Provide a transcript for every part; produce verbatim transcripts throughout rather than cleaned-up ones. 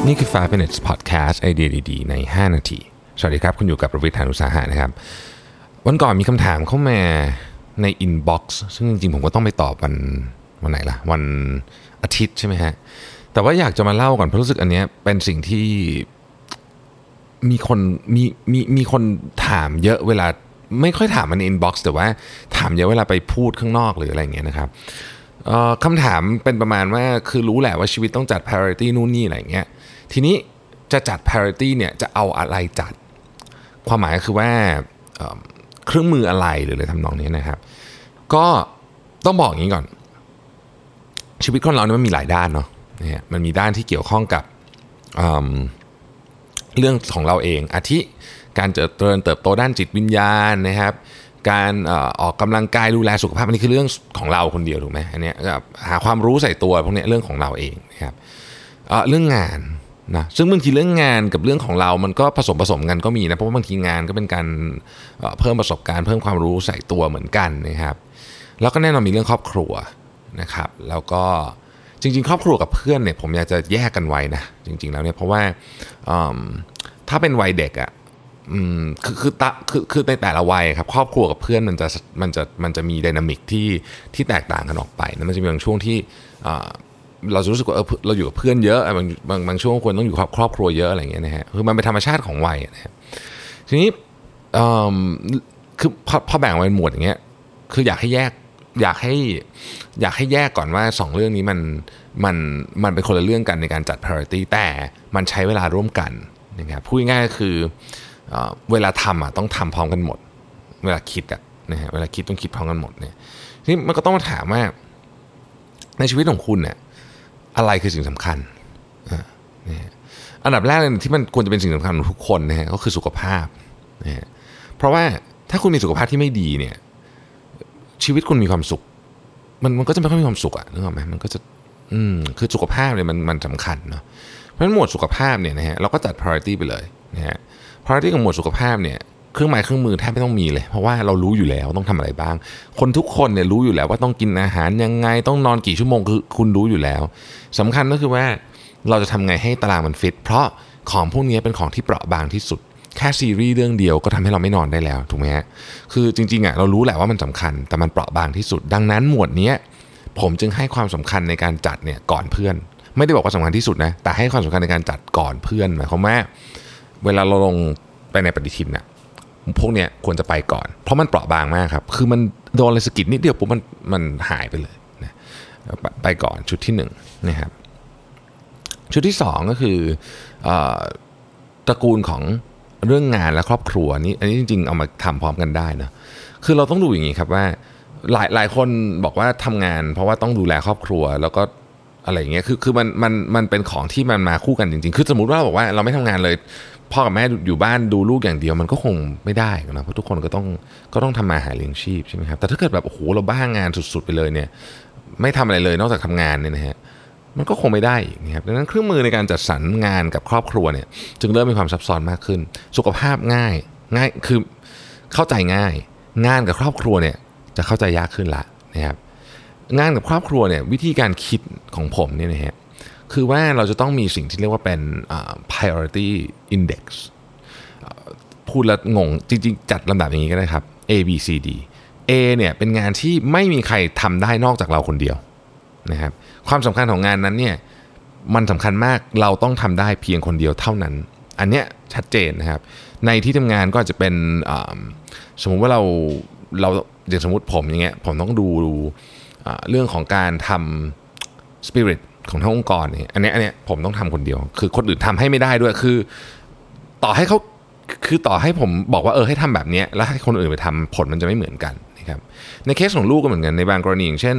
นี่คือ ไฟว์ minutes podcast ไอเดียดีๆในห้านาทีสวัสดีครับคุณอยู่กับประวิทย์ หาญอุตสาหะนะครับวันก่อนมีคำถามเข้ามาใน inbox ซึ่งจริงๆผมก็ต้องไปตอบวันวันไหนล่ะวันอาทิตย์ใช่ไหมฮะแต่ว่าอยากจะมาเล่าก่อนเพราะรู้สึกอันเนี้ยเป็นสิ่งที่มีคนมีมีมีคนถามเยอะเวลาไม่ค่อยถามมันใน inbox แต่ว่าถามเยอะเวลาไปพูดข้างนอกหรืออะไรอย่างเงี้ยนะครับคำถามเป็นประมาณว่าคือรู้แหละว่าชีวิตต้องจัด priority นู่นนี่อะไรอย่างเงี้ยทีนี้จะจัด priority เนี่ยจะเอาอะไรจัดความหมายก็คือว่าเครื่องมืออะไรหรืออะไรทำนองนี้นะครับก็ต้องบอกอย่างนี้ก่อนชีวิตคนเราเนี่ยมันมีหลายด้านเนาะเนี่ยมันมีด้านที่เกี่ยวข้องกับเ, เรื่องของเราเองอาทิการเจริญเติบโตด้านจิตวิญญาณนะครับการออกกำลังกายดูแลสุขภาพอันนี้คือเรื่องของเราคนเดียวถูกไหมอันนี้หาความรู้ใส่ตัวพวกนี้เรื่องของเราเองนะครับ เ, เรื่องงานนะซึ่งบางทีเรื่องงานกับเรื่องของเรามันก็ผสมผสมกันก็มีนะเพราะว่าบางทีงานก็เป็นการเพิ่มประสบการณ์เพิ่มความรู้ใส่ตัวเหมือนกันนะครับแล้วก็แน่นอนมีเรื่องครอบครัวนะครับแล้วก็จริงๆครอบครัวกับเพื่อนเนี่ยผมอยากจะแยกกันไว้นะจริงๆแล้วเนี่ยเพราะว่าถ้าเป็นวัยเด็กอ่ะคือคือตะคือคือในแต่ละวัยครับครอบครัวกับเพื่อนมันจะมันจะมันจะมีไดนามิกที่ที่แตกต่างกันออกไปนะมันจะมีบางช่วงที่เราจะรู้สึกว่าเออเราอยู่กับเพื่อนเยอะบางบางบางช่วงควรต้องอยู่กับครอบครัวเยอะอะไรอย่างเงี้ยนะฮะคือมันเป็นธรรมชาติของวัยนะฮะทีนี้คือพอพอแบ่งเป็นหมวดอย่างเงี้ยคืออยากให้แยกอยากให้อยากให้แยกก่อนว่าสองเรื่องนี้มันมันมันเป็นคนละเรื่องกันในการจัด priority แต่มันใช้เวลาร่วมกันนะครับพูดง่ายๆก็คือเวลาทำอ่ะต้องทำพร้อมกันหมดเวลาคิดอ่ะนะฮะเวลาคิดต้องคิดพร้อมกันหมดเนี่ยทีนี้มันก็ต้องมาถามว่าในชีวิตของคุณเนี่ยอะไรคือสิ่งสำคัญอันดับแรกเลยที่มันควรจะเป็นสิ่งสำคัญของทุกคนนะฮะก็คือสุขภาพนะฮะเพราะว่าถ้าคุณมีสุขภาพที่ไม่ดีเนี่ยชีวิตคุณมีความสุขมันมันก็จะไม่ค่อยมีความสุขอ่ะนึกออกไหมมันก็จะอืมคือสุขภาพเนี่ยมันมันสำคัญเนาะเพราะฉะนั้นหมวดสุขภาพเนี่ยนะฮะเราก็จัด priority ไปเลยนะฮะ priority ของหมวดสุขภาพเนี่ยเครื่องหมายเครื่องมือแทบไม่ต้องมีเลยเพราะว่าเรารู้อยู่แล้วต้องทำอะไรบ้างคนทุกคนเนี่ยรู้อยู่แล้วว่าต้องกินอาหารยังไงต้องนอนกี่ชั่วโมงคือคุณรู้อยู่แล้วสำคัญก็คือว่าเราจะทำไงให้ตารางมันฟิตเพราะของพวกนี้เป็นของที่เปราะบางที่สุดแค่ซีรีส์เรื่องเดียวก็ทำให้เราไม่นอนได้แล้วถูกไหมฮะคือจริงๆอ่ะเรารู้แหละว่ามันสำคัญแต่มันเปราะบางที่สุดดังนั้นหมวดนี้ผมจึงให้ความสำคัญในการจัดเนี่ยก่อนเพื่อนไม่ได้บอกว่าสำคัญที่สุดนะแต่ให้ความสำคัญในการจัดก่อนเพื่อนหมายความว่าเวลาเราลงไปในปฏิทินน่ะพวกเนี้ยควรจะไปก่อนเพราะมันเปราะบางมากครับคือมันโดนอะไรสะกิดนิดเดียวปุ๊บมันมันหายไปเลยนะไปก่อนชุดที่หนึ่งนะครับชุดที่สองก็คือตระกูลของเรื่องงานและครอบครัวนี้อันนี้จริงๆเอามาทำพร้อมกันได้นะคือเราต้องดูอย่างนี้ครับว่าหลายหลายคนบอกว่าทำงานเพราะว่าต้องดูแลครอบครัวแล้วก็อะไรอย่างเงี้ยคือคือมันมันมันเป็นของที่มันมาคู่กันจริงๆคือสมมุติว่าเราบอกว่าเราไม่ทำงานเลยพ่อกับแม่อยู่บ้านดูลูกอย่างเดียวมันก็คงไม่ได้นะเพราะทุกคนก็ต้องก็ต้องทำมาหาเลี้ยงชีพใช่ไหมครับแต่ถ้าเกิดแบบโอ้โหเราบ้างานสุดๆไปเลยเนี่ยไม่ทำอะไรเลยนอกจากทำงานเนี่ยนะฮะมันก็คงไม่ได้อีกนะครับดังนั้นเครื่องมือในการจัดสรรงานกับครอบครัวเนี่ยจึงเริ่มมีความซับซ้อนมากขึ้นสุขภาพง่ายง่ายคือเข้าใจง่ายงานกับครอบครัวเนี่ยจะเข้าใจยากขึ้นละนะครับงานกับครอบครัวเนี่ยวิธีการคิดของผมเนี่ยนะฮะคือว่าเราจะต้องมีสิ่งที่เรียกว่าเป็น uh, priority index พูดแล้วงงจริงๆจัดลำดับอย่างนี้ก็ได้ครับ A B C D A เนี่ยเป็นงานที่ไม่มีใครทำได้นอกจากเราคนเดียวนะครับความสำคัญของงานนั้นเนี่ยมันสำคัญมากเราต้องทำได้เพียงคนเดียวเท่านั้นอันเนี้ยชัดเจนนะครับในที่ทำงานก็จะเป็นสมมุติว่าเราเราอย่างสมมติผมอย่างเงี้ยผมต้องดูเรื่องของการทำ spirit ของทั้งองค์กรเนี่ยอันนี้อันนี้ผมต้องทำคนเดียวคือคนอื่นทำให้ไม่ได้ด้วยคือต่อให้เขาคือต่อให้ผมบอกว่าเออให้ทำแบบนี้แล้วให้คนอื่นไปทำผลมันจะไม่เหมือนกันนะครับในเคสของลูกก็เหมือนกันในบางกรณีอย่างเช่น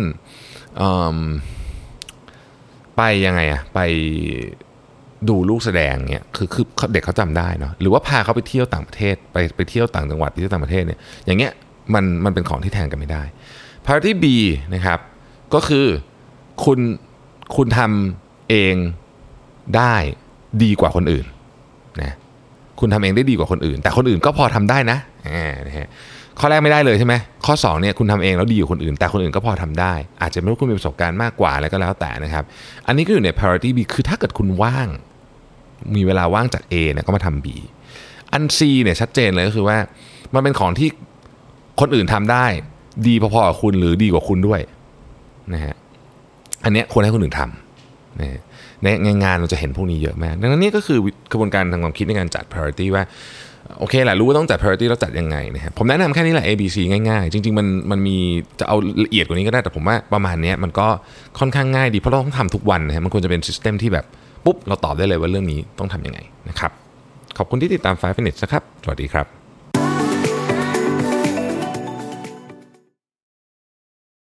ไปยังไงอะไปดูลูกแสดงเนี่ยคือคือเด็กเขาจำได้เนาะหรือว่าพาเขาไปเที่ยวต่างประเทศไปไปเที่ยวต่างจังหวัดไปเที่ยวต่างประเทศเนี่ยอย่างเงี้ยมันมันเป็นของที่แทนกันไม่ได้ priority B นะครับก็คือคุณคุณทำเองได้ดีกว่าคนอื่นนะคุณทำเองได้ดีกว่าคนอื่นแต่คนอื่นก็พอทำได้นะอ่านะฮะข้อแรกไม่ได้เลยใช่ไหมข้อสองเนี่ยคุณทำเองแล้วดีกว่าคนอื่นแต่คนอื่นก็พอทำได้อาจจะไม่รู้คุณมีประสบการณ์มากกว่าอะไรก็แล้วแต่นะครับอันนี้ก็อยู่ใน priority B คือถ้าเกิดคุณว่างมีเวลาว่างจาก A เนี่ยก็มาทำ B อัน C เนี่ยชัดเจนเลยก็คือว่ามันเป็นของที่คนอื่นทำได้ดีพอๆกับคุณหรือดีกว่าคุณด้วยนะฮะอันเนี้ยควรให้คนอื่นทำนะในงานเราจะเห็นพวกนี้เยอะมากดังนั้นนี่ก็คือกระบวนการทางความคิดในการจัด priority ว่าโอเคแหละรู้ว่าต้องจัด priority แล้วจัดยังไงนะฮะผมแนะนำแค่นี้แหละ A B C ง่ายๆจริงๆมันมันมีจะเอาละเอียดกว่านี้ก็ได้แต่ผมว่าประมาณนี้มันก็ค่อนข้างง่ายดีเพราะเราต้องทำทุกวันนะฮะมันควรจะเป็น system ที่แบบปุ๊บเราตอบได้เลยว่าเรื่องนี้ต้องทำยังไงนะครับขอบคุณที่ติดตามไฟว์ minutes นะครับสวัสดีครับ